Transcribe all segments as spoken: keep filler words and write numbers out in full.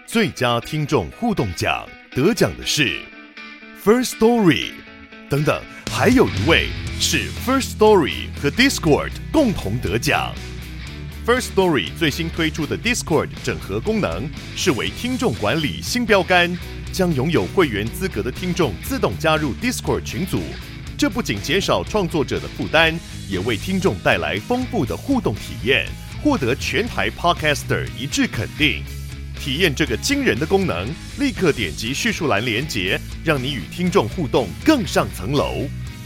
最佳听众互动奖得奖的是 First Story， 等等，还有一位是 First Story 和 Discord 共同得奖。First Story 最新推出的 Discord 整合功能，是为听众管理新标杆，将拥有会员资格的听众自动加入 Discord 群组。这不仅减少创作者的负担，也为听众带来丰富的互动体验，获得全台 Podcaster 一致肯定。体验这个惊人的功能，立刻点击叙述栏连结，让你与听众互动更上层楼。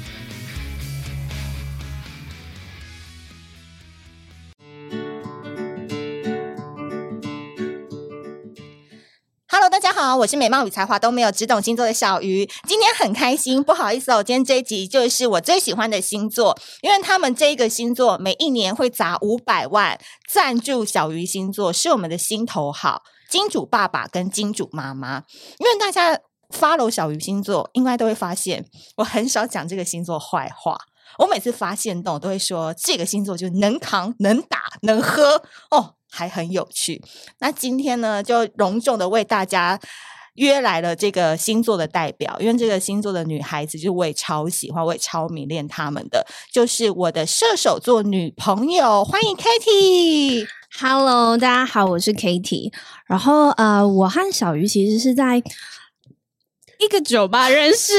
Hello， 大家好，我是美貌与才华都没有，只懂星座的小鱼。今天很开心，不好意思哦，今天这一集就是我最喜欢的星座，因为他们这个星座每一年会砸五百万赞助小鱼星座，是我们的心头好金主爸爸跟金主妈妈。因为大家 follow 小鱼星座，应该都会发现我很少讲这个星座坏话。我每次发现动都会说这个星座就能扛能打能喝哦，还很有趣。那今天呢，就隆重的为大家约来了这个星座的代表，因为这个星座的女孩子就是我也超喜欢，我也超迷恋他们的，就是我的射手座女朋友，欢迎 Katie。Hello， 大家好，我是 Katie。然后呃，我和小鱼其实是在一个酒吧认识，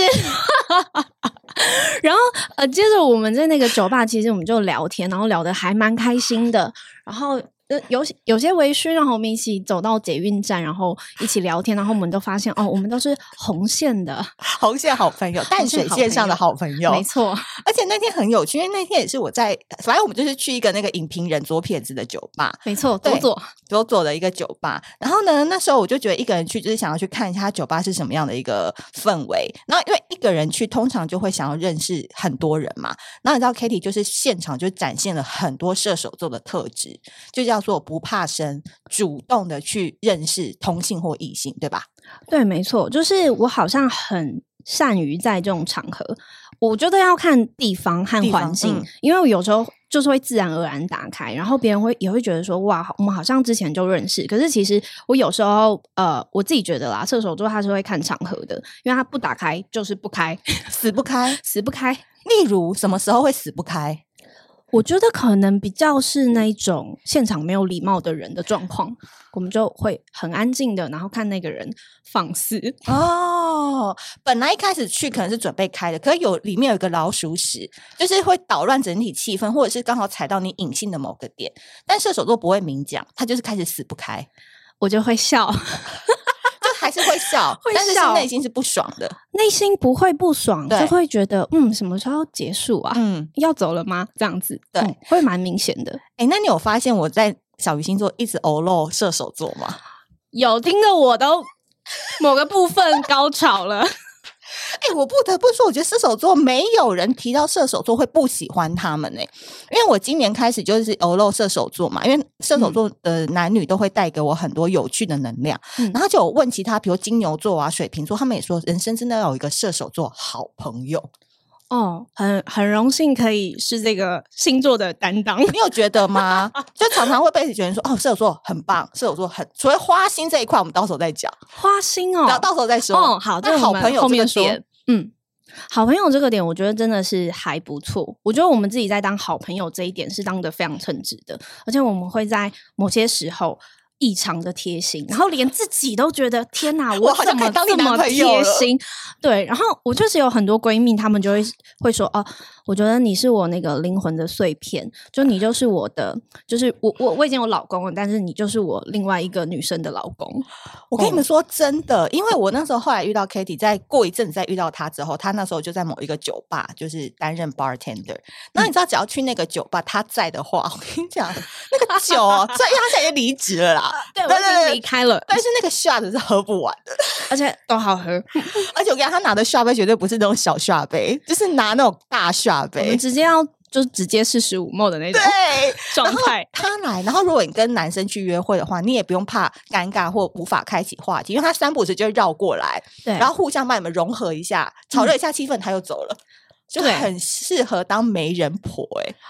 然后呃，接着我们在那个酒吧，其实我们就聊天，然后聊得还蛮开心的，然后。有有些微醺，然后我们一起走到捷运站，然后一起聊天，然后我们都发现哦，我们都是红线的红线好朋友，淡水线上的好朋友， 没错。 而且那天很有趣，因为那天也是我在，反正我们就是去一个那个影评人左撇子的酒吧， 没错，左左左左的一个酒吧。然后呢，那时候我就觉得一个人去，就是想要去看一下酒吧是什么样的一个氛围。然后因为一个人去，通常就会想要认识很多人嘛。然后你知道 Katie 就是现场就展现了很多射手座的特质，就叫做不怕生，主动的去认识同性或异性，对吧？ 对，没错，就是我好像很善于在这种场合，我觉得要看地方和环境，嗯、因为我有时候就是会自然而然打开，然后别人会也会觉得说哇，我们好像之前就认识，可是其实我有时候呃，我自己觉得啦，射手座他是会看场合的，因为他不打开就是不开， 死不开， 死不开。 例如什么时候会死不开？ 我觉得可能比较是那一种现场没有礼貌的人的状况，我们就会很安静的，然后看那个人放肆。 哦，本来一开始去可能是准备开的，可是有里面有一个老鼠屎，就是会捣乱整体气氛，或者是刚好踩到你隐性的某个点。但射手座不会明讲，他就是开始死不开， 我就会笑。 还是会笑， 会笑， 但是是内心是不爽的， 内心不会不爽，就会觉得嗯，什么时候结束啊？嗯，要走了吗？这样子，对，嗯、会蛮明显的。 哎、欸，那你有发现我在小鱼星座一直偶漏射手座吗？ 有，听得我都某个部分高潮了。 哎、欸，我不得不说，我觉得射手座没有人提到射手座会不喜欢他们呢、欸。因为我今年开始就是偶漏射手座嘛，因为射手座的男女都会带给我很多有趣的能量。嗯、然后就有问其他，比如金牛座啊、水瓶座，他们也说人生真的要有一个射手座好朋友。 哦，很很荣幸可以是这个星座的担当， 你有觉得吗？就常常会被觉得说，哦，射手座很棒，射手座很，除了花心这一块，我们到时候再讲。 花心哦， 到到时候再说。 哦，好，这好朋友后面说，嗯，好朋友这个点，我觉得真的是还不错。我觉得我们自己在当好朋友这一点是当得非常称职的，而且我们会在某些时候异常的贴心，然后连自己都觉得天哪，我怎么这么贴心？对，然后我确实有很多闺蜜，她们就会会说哦，我觉得你是我那个灵魂的碎片，就你就是我的，就是我我我已经有老公了，但是你就是我另外一个女生的老公。 我跟你们说真的，因为我那时候后来遇到 Katie， 在过一阵子再遇到她之后，她那时候就在某一个酒吧，就是担任 bartender。那、嗯、你知道，只要去那个酒吧，她在的话，我跟你讲，那个酒哦，虽然她现在也离职了啦。 对，我已经离开了， 但是那个 shot 是喝不完的， 而且都好喝。 而且我跟他拿的 shot 杯绝对不是那种小 shot 杯，就是拿那种大 shot 杯， 我们直接要就直接是十五 ml 的那种状态。 他来，然后如果你跟男生去约会的话，你也不用怕尴尬或无法开启话题，因为他三不五时就会绕过来，对，然后互相把你们融合一下，炒热一下气氛，他又走了，就很适合当媒人婆哎、欸。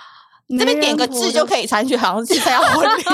这边点个字就可以参去，好像是参加婚礼。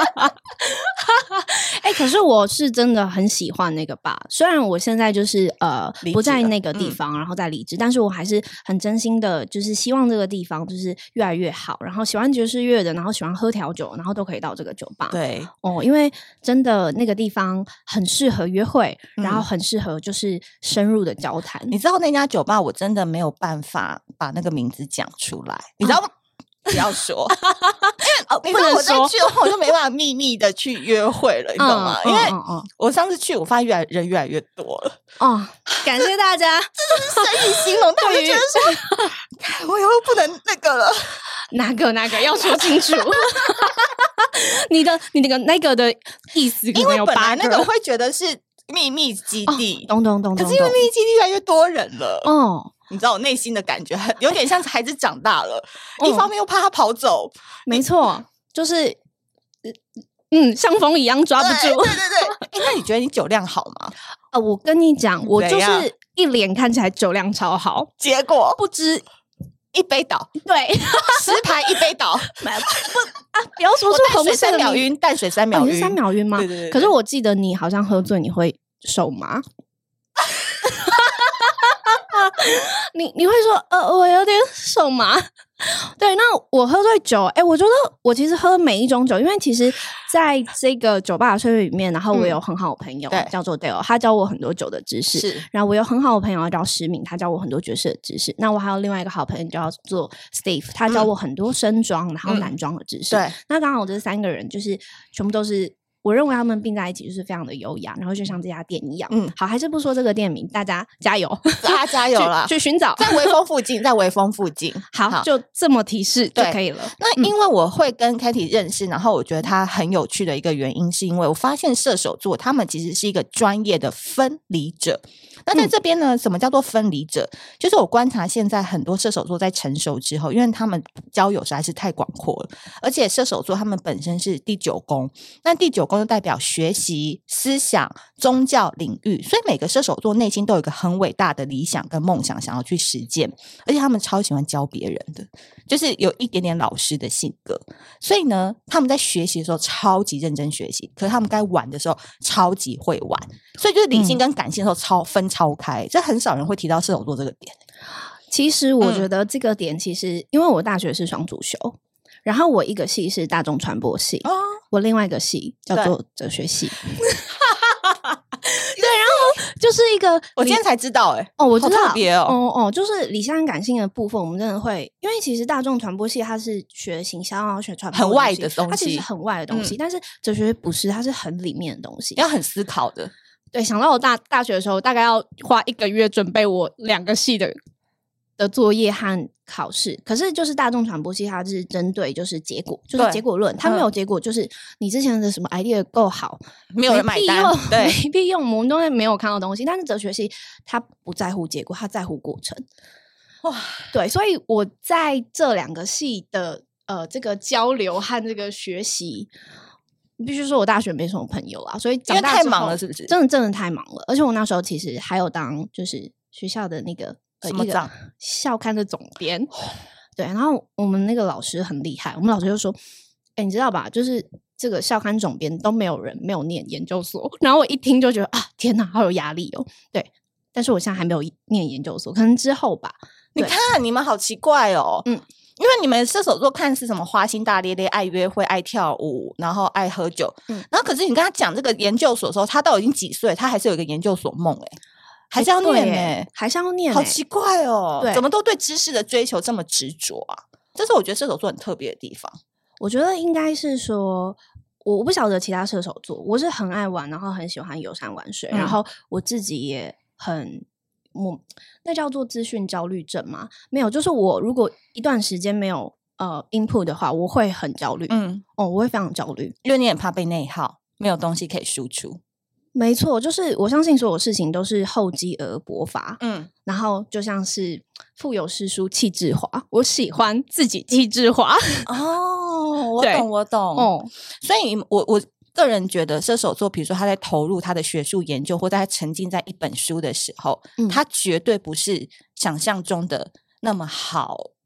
哎、欸，可是我是真的很喜欢那个吧，虽然我现在就是呃不在那个地方，嗯、然后在离职，但是我还是很真心的，就是希望这个地方就是越来越好。然后喜欢爵士乐的，然后喜欢喝调酒，然后都可以到这个酒吧。 对哦，因为真的那个地方很适合约会， 嗯、 然后很适合就是深入的交谈。 你知道那家酒吧，我真的没有办法把那个名字讲出来，你知道吗？不要说，因为你知道我再去的话，我就没办法秘密的去约会了，你懂吗？嗯、因为我上次去，我发现越来人越来越多了。 哦，感谢大家， 这就是生意兴隆，但我就觉得说，我以后不能那个了。 哪个哪个要说清楚？你的你那个那个的意思可能有八个， 因为本来那个会觉得是秘密基地， 哦、懂懂懂懂。 可是因为秘密基地越来越多人了， 哦。 你知道我内心的感觉很有点像孩子长大了，哦、一方面又怕他跑走， 没错，就是嗯，像风一样抓不住。 对对对对。欸、那你觉得你酒量好吗？ 呃，我跟你讲，我就是一脸看起来酒量超好， 结果不知一杯倒， 对， 十排一杯倒， 不啊，不要说出红色三秒晕，淡水三秒晕， 哦、三秒晕吗？ 对对 对, 对。 可是我记得你好像喝醉你会手麻。你你会说呃我有点手麻，对，那我喝醉酒，哎、欸，我觉得我其实喝每一种酒，因为其实在这个酒吧的岁月里面，然后我有很好的朋友、嗯、叫做 Dale， 他教我很多酒的知识， 是，然后我有很好的朋友叫石敏，他教我很多爵士的知识，那我还有另外一个好朋友叫做 Steve， 他教我很多深装、嗯、然后男装的知识，对、嗯，那刚好这三个人就是全部都是。我认为他们并在一起就是非常的优雅，然后就像这家店一样。嗯，好，还是不说这个店名，大家加油， 大家加油啦， 去去寻找， 在微风附近，在微风附近。 好，好就这么提示就可以了。 那因为我会跟 Katie 认识，然后我觉得他很有趣的一个原因，是因为我发现射手座他们其实是一个专业的分离者。那在这边呢、嗯，什么叫做分离者？就是我观察现在很多射手座在成熟之后，因为他们交友实在是太广阔了，而且射手座他们本身是第九宫，那第九宫就代表学习、思想、宗教领域，所以每个射手座内心都有一个很伟大的理想跟梦想想要去实践，而且他们超喜欢教别人的，就是有一点点老师的性格，所以呢他们在学习的时候超级认真学习，可是他们该玩的时候超级会玩，所以就是理性跟感性的时候超分超开，这很少人会提到射手座这个点。 其实我觉得这个点其实、嗯、因为我大学是双主修，然后我一个系是大众传播系、哦、我另外一个系叫做哲学系对，然后就是一个我今天才知道哎、欸， 哦，我知道， 好特别哦， 哦哦，就是理性和感性的部分，我们真的会，因为其实大众传播系它是学行销啊，学传播很外的东西， 它其实很外的东西、嗯，但是哲学不是，它是很里面的东西， 要很思考的。 对，想到我大大学的时候，大概要花一个月准备我两个系的的作业和考试，可是就是大众传播系它是针对就是结果，就是结果论，它没有结果，就是你之前的什么 idea 够好， 没有人买单，对， 没屁用，我们都没有看到东西。但是哲学系它不在乎结果，它在乎过程。哇，对，所以我在这两个系的呃这个交流和这个学习。必须说我大学没什么朋友啦，所以长大因为太忙了，是不是？ 真的真的太忙了，而且我那时候其实还有当就是学校的那个什么长、呃、 校刊的总编，对。然后我们那个老师很厉害，我们老师就说：“哎、欸，你知道吧？就是这个校刊总编都没有人没有念研究所。”然后我一听就觉得啊，天哪，好有压力哦。对，但是我现在还没有念研究所，可能之后吧。 你看你们好奇怪哦，嗯。因为你们射手座看似什么花心大咧咧，爱约会，爱跳舞，然后爱喝酒、嗯、然后可是你跟他讲这个研究所的时候，他都已经几岁，他还是有一个研究所梦，哎，还是要念哎、欸， 还是要念、欸， 好奇怪哦，怎么都对知识的追求这么执着啊？这是我觉得射手座很特别的地方。 我觉得应该是说，我不晓得其他射手座，我是很爱玩，然后很喜欢游山玩水、嗯、然后我自己也很我那叫做资讯焦虑症吗？没有，就是我如果一段时间没有呃 input 的话，我会很焦虑。嗯，哦，我会非常焦虑， 因为你很怕被内耗，没有东西可以输出。 没错，就是我相信所有事情都是厚积而薄发。嗯，然后就像是腹有诗书气自华，我喜欢自己气自华。 哦，我懂，我懂。哦，所以我我。个人觉得射手座比如说他在投入他的学术研究或者他沉浸在一本书的时候、嗯、他绝对不是想象中的那么好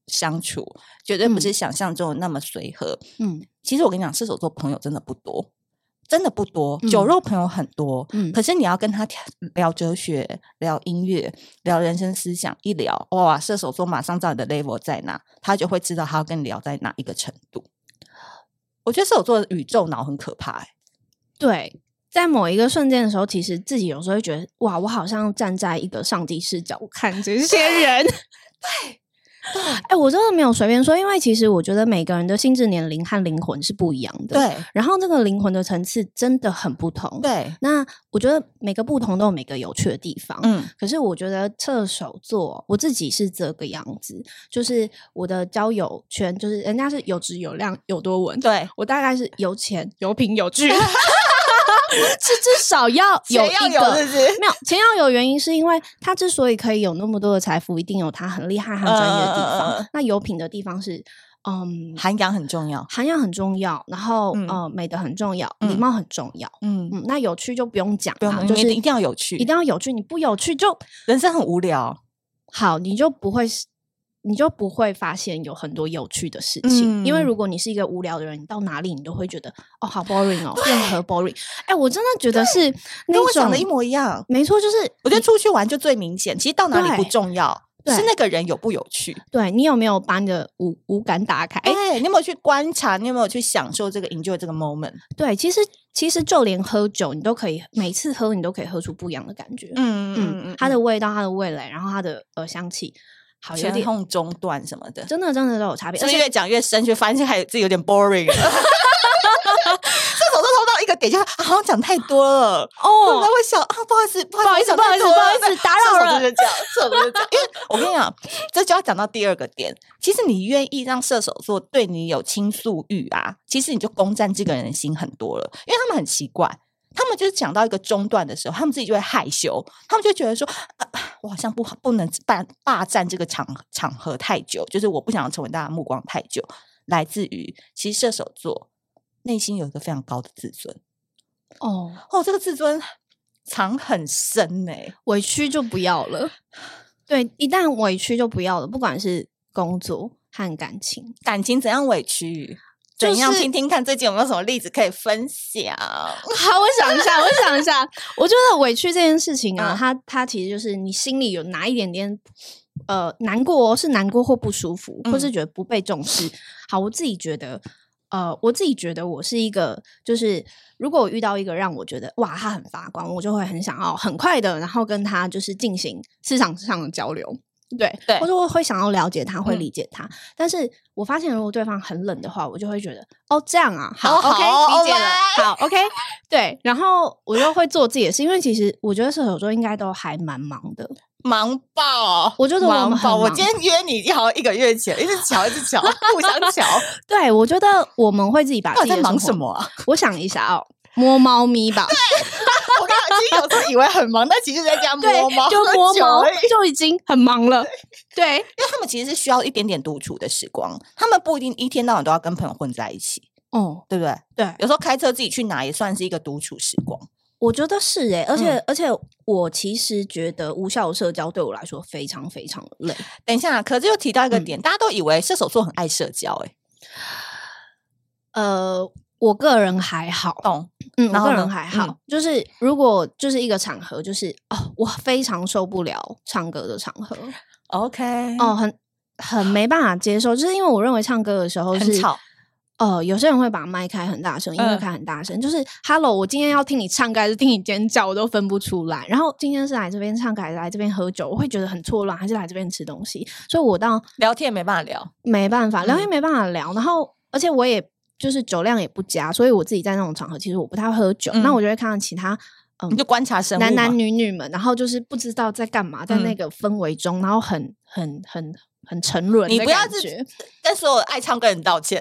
相处，绝对不是想象中的那么随和。嗯，其实我跟你讲，射手座朋友真的不多。真的不多，酒肉朋友很多、嗯、可是你要跟他聊哲学、聊音乐、聊人生思想，一聊哇，射手座马上知道你的 level 在哪，他就会知道他要跟你聊在哪一个程度。我觉得射手座的宇宙脑很可怕、欸、对， 在某一个瞬间的时候，其实自己有时候会觉得哇，我好像站在一个上帝视角看这些人对对， 哎、欸，我真的没有随便说，因为其实我觉得每个人的心智年龄和灵魂是不一样的， 对。 然后这个灵魂的层次真的很不同， 对。 那我觉得每个不同都有每个有趣的地方，嗯。可是我觉得射手座，我自己是这个样子，就是我的交友圈，就是人家是有质有量有多稳， 对我大概是有钱有品有趣。是至少要有一个钱要有是不是没有钱要有，原因是因为他之所以可以有那么多的财富，一定有他很厉害和专业的地方、呃、那有品的地方是嗯， 涵养很重要， 涵养很重要，然后、嗯、呃，美德很重要，礼貌很重要，嗯嗯，那有趣就不用讲了，就是一定要有趣， 一定要有趣，你不有趣就人生很无聊， 好，你就不会你就不会发现有很多有趣的事情、嗯、因为如果你是一个无聊的人，你到哪里你都会觉得哦好 boring 哦，任何 boring。 哎、欸，我真的觉得是那种跟我想的一模一样， 没错，就是我觉得出去玩就最明显，其实到哪里不重要，是那个人有不有趣， 对，你有没有把你的五五感打开， 对，你有没有去观察，你有没有去享受这个 enjoy 这个 moment。 对，其实其实就连喝酒你都可以，每次喝你都可以喝出不一样的感觉，嗯嗯嗯，它的味道，它的味蕾，然后它的呃香气，好有点前中段什么的， 真的真的都有差别， 而且越讲越深，就发现还有自己有点 boring 了。这种都偷到一个点，就、啊、好像讲太多了哦，他会想啊，不好意思，不好意思，不好意思，不好意思，打扰了。 射手就是这样，射手就是这样。因为我跟你讲，这就要讲到第二个点。其实你愿意让射手座对你有倾诉欲啊，其实你就攻占这个人的心很多了，因为他们很奇怪。他们就是讲到一个中段的时候，他们自己就会害羞，他们就觉得说、啊、我好像不不能霸霸占这个场场合太久，就是我不想要成为大家目光太久，来自于其实射手座内心有一个非常高的自尊。哦哦，这个自尊藏很深欸， 委屈就不要了。对，一旦委屈就不要了，不管是工作和感情， 感情怎样委屈？怎样听听看最近有没有什么例子可以分享？ 好，我想一下，我想一下。我觉得委屈这件事情啊，嗯、它它其实就是你心里有哪一点点呃难过，是难过或不舒服，或是觉得不被重视。嗯、好，我自己觉得，呃，我自己觉得我是一个，就是如果我遇到一个让我觉得哇他很发光，我就会很想要很快的，然后跟他就是进行市场上的交流。对对，或者我会想要了解他，会理解他、嗯、但是我发现如果对方很冷的话，我就会觉得哦这样啊，好、 哦、 OK 好理解了，好 OK 对，然后我就会做自己的事，因为其实我觉得射手座应该都还蛮忙的， 忙爆， 我觉得我们很忙。 我今天约你好像一个月前，一直瞧一直瞧，互相瞧。 对，我觉得我们会自己把自己的在忙什么啊？ 我想一下哦，摸猫咪吧。 我刚刚其实有时候以为很忙，但其实在家摸猫， 就摸猫就已经很忙了。对，因为他们其实是需要一点点独处的时光，他们不一定一天到晚都要跟朋友混在一起。哦，对不对？ 对， 有时候开车自己去哪也算是一个独处时光。 我觉得是耶、欸，而且、嗯、而且我其实觉得无效社交对我来说非常非常累。 等一下，可是又提到一个点，嗯、大家都以为射手座很爱社交、欸， 哎，呃。我个人还好， 懂， 嗯，我个人还好，嗯、就是如果就是一个场合，就是哦，我非常受不了唱歌的场合 ，OK， 哦，很很没办法接受，就是因为我认为唱歌的时候是很吵， 呃，有些人会把麦开很大声，音乐开很大声，嗯、就是 Hello， 我今天要听你唱歌还是听你尖叫，我都分不出来。然后今天是来这边唱歌还是来这边喝酒，我会觉得很错乱，还是来这边吃东西，所以我到聊天也没办法聊， 没办法聊天没办法聊，然后而且我也。就是酒量也不佳，所以我自己在那种场合其实我不太喝酒、嗯、那我就会看到其他嗯，你就观察生物男男女女们，然后就是不知道在干嘛，在那个氛围中、嗯、然后很很很很沉沦的感觉。 你不要是跟所有爱唱歌人道歉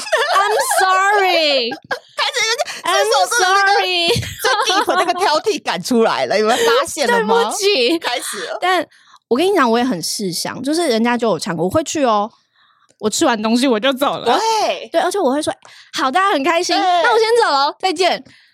I'm sorry 开始 I'm sorry 最 deep 那个挑剔感出来了，有没有发现了吗？ 对不起， 开始了。 但我跟你讲我也很识相，就是人家就有唱歌我会去哦，我吃完东西我就走了。 对对，而且我会说好，大家很开心，那我先走了，再见。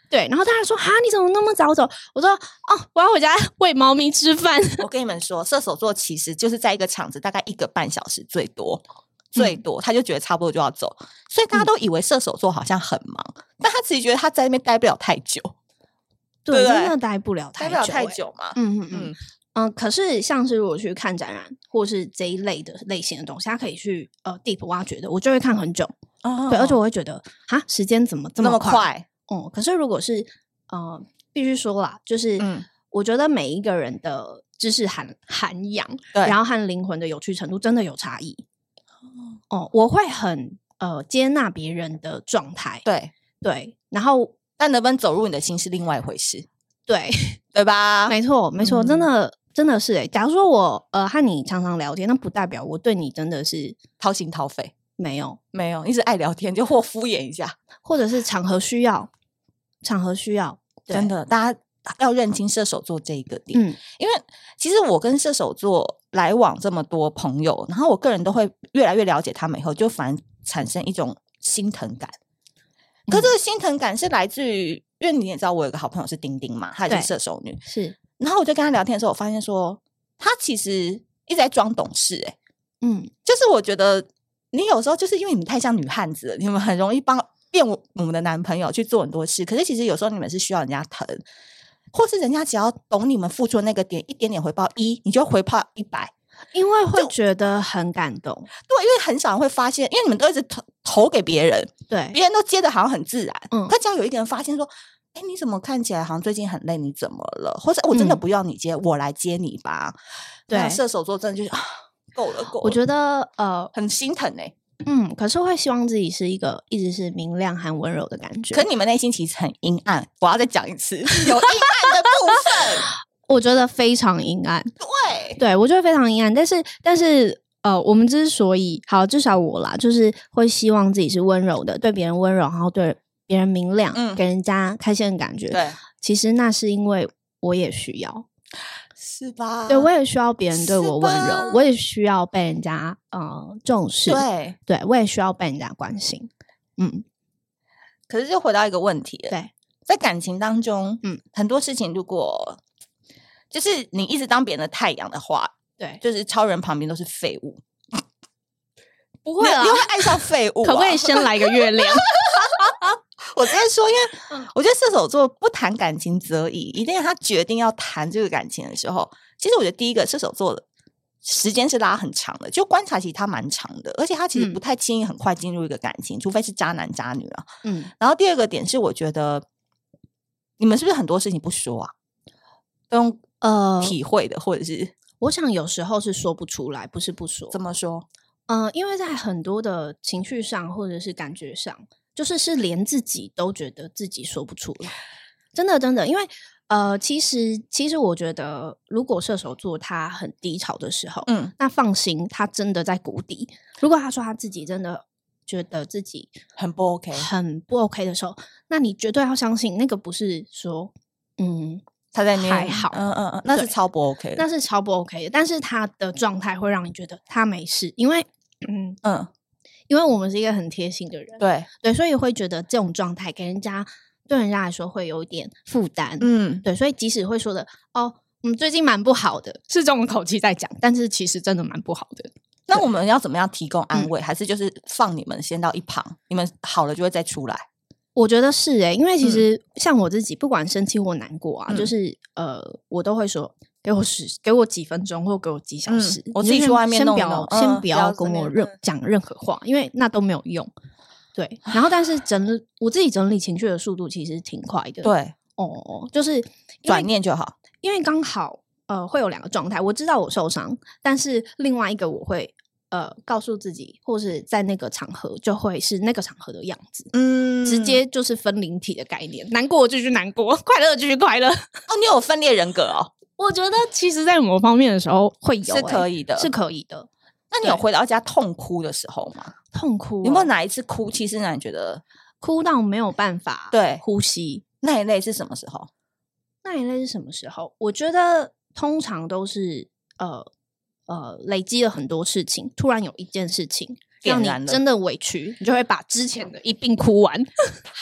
对，然后大家说哈你怎么那么早走？我说哦我要回家喂猫咪吃饭。 我跟你们说，射手座其实就是在一个场子大概一个半小时最多。最多他就觉得差不多就要走，所以大家都以为射手座好像很忙，嗯、但他自己觉得他在那边待不了太久， 对， 对对真的待不了太久、欸， 待不了太久嘛。 嗯嗯嗯嗯。可是像是如果去看展览或是这一类的类型的东西，他可以去呃 deep 挖掘的，我就会看很久。哦、对，而且我会觉得哈时间怎么这么快？快哦、嗯，可是如果是呃必须说啦，就是、嗯、我觉得每一个人的知识涵涵养，然后和灵魂的有趣程度真的有差异。哦，我会很呃接纳别人的状态， 对对，然后但能不能走入你的心是另外一回事， 对对吧？ 没错没错、嗯，真的真的是哎、欸。假如说我呃和你常常聊天，那不代表我对你真的是掏心掏肺， 没有没有，一直爱聊天就或敷衍一下， 或者是场合需要，场合需要， 真的大家要认清射手座这一个点，嗯，因为其实我跟射手座来往这么多朋友，然后我个人都会越来越了解他们以后，就反而产生一种心疼感。嗯、可这个心疼感是来自于，因为你也知道我有个好朋友是丁丁嘛，她也是射手女， 是。 然后我就跟她聊天的时候，我发现说，她其实一直在装懂事、欸，哎，嗯，就是我觉得你有时候就是因为你们太像女汉子了，你们很容易帮变我我们的男朋友去做很多事，可是其实有时候你们是需要人家疼。或是人家只要懂你们付出的那个点，一点点回报一，你就回报一百， 因为会觉得很感动。 对，因为很少人会发现，因为你们都一直投投给别人， 对， 别人都接的好像很自然。嗯，可只要有一个人发现说，哎，你怎么看起来好像最近很累？你怎么了？或者我真的不要你接，嗯、我来接你吧。对，射手座真的就是啊，够了够了。 我觉得呃， 很心疼哎、欸。 嗯，可是会希望自己是一个一直是明亮和温柔的感觉。 可你们内心其实很阴暗，我要再讲一次，有阴暗的部分， 我觉得非常阴暗。 对， 对我觉得非常阴暗。但是，但是，呃，我们之所以好，至少我啦，就是会希望自己是温柔的，对别人温柔，然后对别人明亮，嗯、给人家开心的感觉。 对， 其实那是因为我也需要。 是吧？ 对，我也需要别人对我温柔，我也需要被人家呃重视。 对， 对我也需要被人家关心。嗯， 可是就回到一个问题了， 对， 在感情当中，嗯，很多事情如果就是你一直当别人的太阳的话， 对， 就是超人旁边都是废物。 不会啊， 你会爱上废物、啊？ 可不可以先来个月亮？ 我直接说，因为我觉得射手座不谈感情则已，一定他决定要谈这个感情的时候，其实我觉得第一个射手座的时间是拉很长的，就观察其实他蛮长的，而且他其实不太轻易很快进入一个感情，嗯、除非是渣男渣女啊。嗯，然后第二个点是，我觉得你们是不是很多事情不说啊？都用呃体会的，或者是我想有时候是说不出来，不是不说。 怎么说？ 呃，因为在很多的情绪上或者是感觉上。就是是连自己都觉得自己说不出来，真的真的，因为呃，其实其实我觉得，如果射手座他很低潮的时候，嗯，那放心，他真的在谷底。如果他说他自己真的觉得自己很不 OK， 很不 OK 的时候，那你绝对要相信，那个不是说嗯他在那还好， 嗯嗯嗯，那是超不 OK 的， 那是超不 OK 的。但是他的状态会让你觉得他没事，因为嗯嗯。因为我们是一个很贴心的人， 对对，所以会觉得这种状态给人家对人家来说会有一点负担，嗯，对，所以即使会说的哦，嗯，最近蛮不好的，是这种口气在讲，但是其实真的蛮不好的。 那我们要怎么样提供安慰？嗯、还是就是放你们先到一旁，你们好了就会再出来？ 我觉得是诶、欸，因为其实像我自己，不管生气或难过啊，嗯、就是呃，我都会说。给我十，给我几分钟，或给我几小时， 嗯、我自己去外面弄先不要，嗯、先不要跟我任讲任何话，因为那都没有用。对，然后但是整我自己整理情绪的速度其实挺快的。 对， 哦，就是转念就好， 因为刚好呃会有两个状态，我知道我受伤，但是另外一个我会呃告诉自己，或是在那个场合就会是那个场合的样子，嗯，直接就是分灵体的概念，难过继续难过，快乐继续快乐。 哦，你有分裂人格哦。 我觉得其实在某方面的时候会有、欸、 是可以的， 是可以的。 那你有回到家痛哭的时候吗？ 痛哭、哦、 有没有哪一次哭泣是让你觉得哭到没有办法对呼吸？ 那一类是什么时候？ 那一类是什么时候？我觉得通常都是呃呃累积了很多事情，突然有一件事情让你真的委屈，你就会把之前的一并哭完。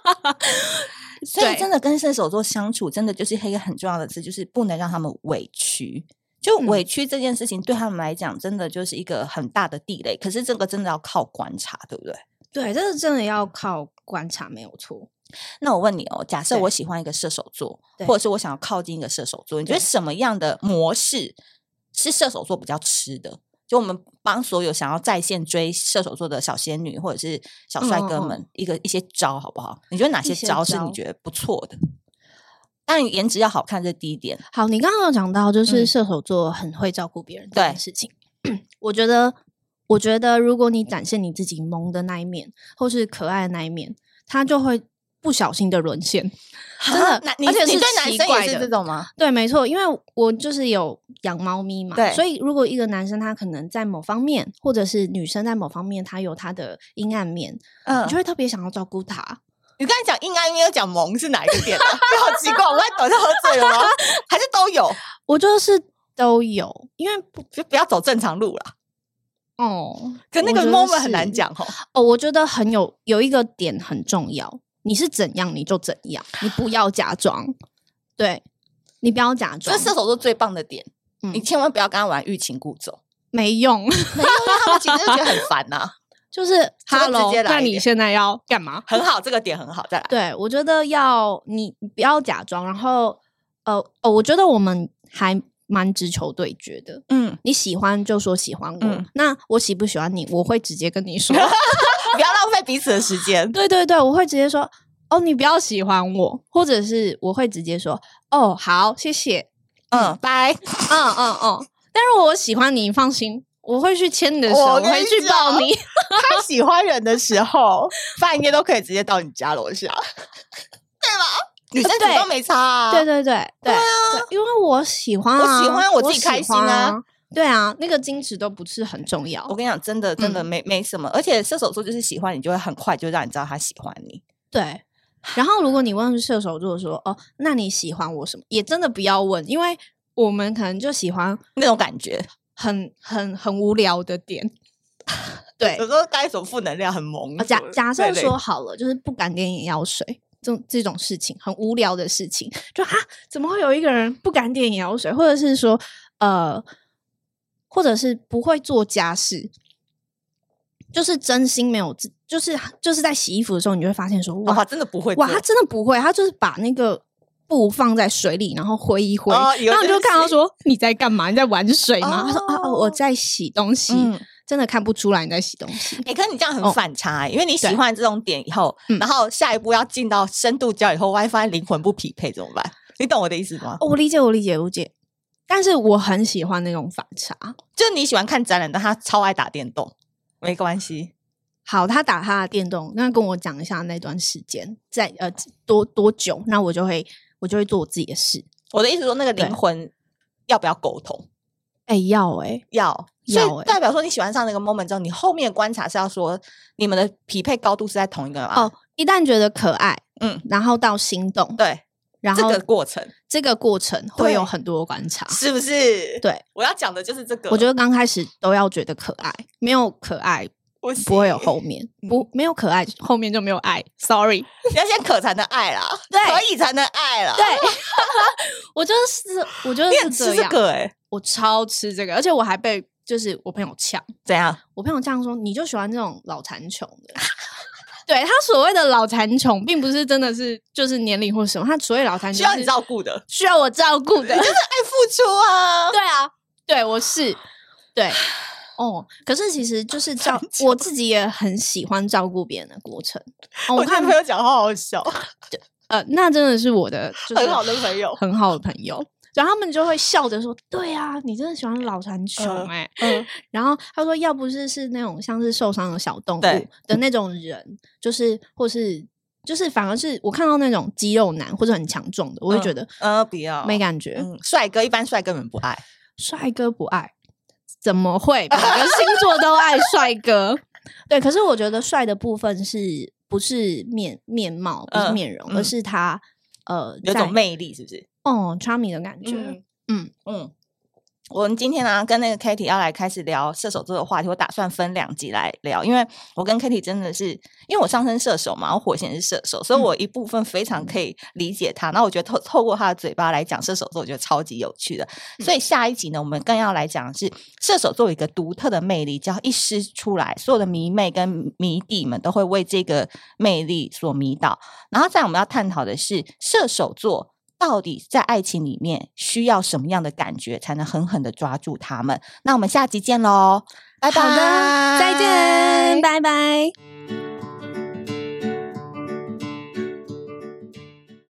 所以真的跟射手座相处，真的就是一个很重要的词，就是不能让他们委屈。就委屈这件事情对他们来讲，真的就是一个很大的地雷。可是这个真的要靠观察，对不对？ 对，这个真的要靠观察，没有错。 那我问你哦，假设我喜欢一个射手座，或者是我想要靠近一个射手座，你觉得什么样的模式是射手座比较吃的？就我们帮所有想要在线追射手座的小仙女或者是小帅哥们、嗯、一个一些招好不好？你觉得哪些招是你觉得不错的？当然颜值要好看，这是第一点。 好，你刚刚有讲到就是射手座很会照顾别人这件事情、嗯、我觉得我觉得如果你展现你自己萌的那一面或是可爱的那一面，他就会不小心的沦陷，真的，而且是你对男生也是这种吗？ 对，没错，因为我就是有养猫咪嘛，对，所以如果一个男生他可能在某方面，或者是女生在某方面，他有他的阴暗面，嗯，你就会特别想要照顾他。 你刚才讲阴暗面又讲萌是哪一个点啊？好奇怪，我在等他喝醉了吗？还是都有？ 我就是都有，因为不就不要走正常路啦。 哦， 可那个 moment 很难讲哦。 哦，我觉得很有有一个点很重要。你是怎样你就怎样，你不要假装，对，你不要假装。 这是射手座最棒的点、嗯，你千万不要跟他玩欲擒故纵， 没用，没用，他们其实就觉得很烦呐、啊。 就是，Hello，那你现在要干嘛？ 很好，这个点很好，再来。 对，我觉得要你不要假装，然后呃哦，我觉得我们还蛮直球对决的。嗯，你喜欢就说喜欢我、嗯，那我喜不喜欢你，我会直接跟你说。 不要浪费彼此的时间。 对对对，我会直接说哦，你不要喜欢我，或者是我会直接说哦，好，谢谢， 嗯，拜， 嗯嗯嗯。但是我喜欢你，你放心，我会去牵你的手，我会去抱你。 他喜欢人的时候，半夜都可以直接到你家楼下，对吧？女生主动没差啊。 对对对对，对啊，因为我喜欢、啊， 我喜欢我自己开心啊。 对啊，那个矜持都不是很重要。 我跟你讲，真的真的没、嗯、没什么，而且射手座就是喜欢你，就会很快就让你知道他喜欢你。 对，然后如果你问射手座说哦，那你喜欢我什么？也真的不要问，因为我们可能就喜欢那种感觉， 很很很无聊的点。对， 有时候带一种负能量，很萌。 假假设说好了，就是不敢点眼药水。这种这种事情很无聊的事情，就哈，怎么会有一个人不敢点眼药水，或者是说呃。或者是不会做家事，就是真心没有，就是就是在洗衣服的时候，你就会发现说，哇， 哦、真的不会， 哇，他真的不会，他就是把那个布放在水里，然后挥一挥， 哦、 然后你就看到说你在干嘛？你在玩水吗？哦、他说啊，我在洗东西。嗯，真的看不出来你在洗东西。 哎、欸，可是你这样很反差、欸哦、因为你喜欢这种点以后，然后下一步要进到深度交以后，万一发现灵魂不匹配怎么办？你懂我的意思吗？ 哦、我理解，我理解，我理解。但是我很喜欢那种反差， 就是你喜欢看展览，但他超爱打电动，没关系。 好，他打他的电动，那跟我讲一下那段时间在呃多多久，那我就会我就会做我自己的事。 我的意思说，那个灵魂要不要沟通？ 哎、欸，要哎、欸， 要要、欸，所以代表说你喜欢上那个 moment 之后，你后面的观察是要说你们的匹配高度是在同一个吗？ 哦，一旦觉得可爱，嗯，然后到心动， 对。然后这个过程， 这个过程会有很多观察， 是不是？ 对， 我要讲的就是这个。 我觉得刚开始都要觉得可爱，没有可爱不会有后面，不没有可爱后面就没有爱。Sorry， 你要先可才能爱啦， 对， 可以才能爱啦。 对，我就是我就是你很吃这个哎、欸， 我超吃这个，而且我还被就是我朋友呛， 怎样？ 我朋友这样说，你就喜欢这种老残穷的。对，他所谓的老残穷并不是真的是就是年龄或什么，他所谓老残穷需要你照顾的， 需要我照顾的， 你就是爱付出啊。 对啊，对，我是对哦。可是其实就是照我自己也很喜欢照顾别人的过程。 哦、我看朋友讲话好好笑， 呃，那真的是我的、就是、 很好的朋友， 很好的朋友。然后他们就会笑着说：“对啊，你真的喜欢老残穷哎、欸。呃”嗯，然后他说：“要不是是那种像是受伤的小动物的那种人，就是或是就是反而是我看到那种肌肉男或者很强壮的，我会觉得呃不要没感觉。 嗯，帅哥一般帅哥们不爱， 帅哥不爱，怎么会？每个星座都爱帅哥。对，可是我觉得帅的部分是不是面面貌，不是面容，嗯、而是他呃有种魅力，是不是？” 哦 charming 的感觉， 嗯嗯嗯， 我们今天呢、啊、跟那个 Katie 要来开始聊射手座的话题，我打算分两集来聊，因为我跟 Katie 真的是，因为我上升射手嘛，我火星是射手，所以我一部分非常可以理解他。那、嗯、我觉得透透过他的嘴巴来讲射手座，我觉得超级有趣的。所以下一集呢，我们更要来讲的是射手座有一个独特的魅力，只要一施出来，所有的迷妹跟迷弟们都会为这个魅力所迷倒。然后再我们要探讨的是射手座到底在爱情里面需要什么样的感觉才能狠狠的抓住他们？那我们下集见咯，拜拜， 好的，再见，拜拜。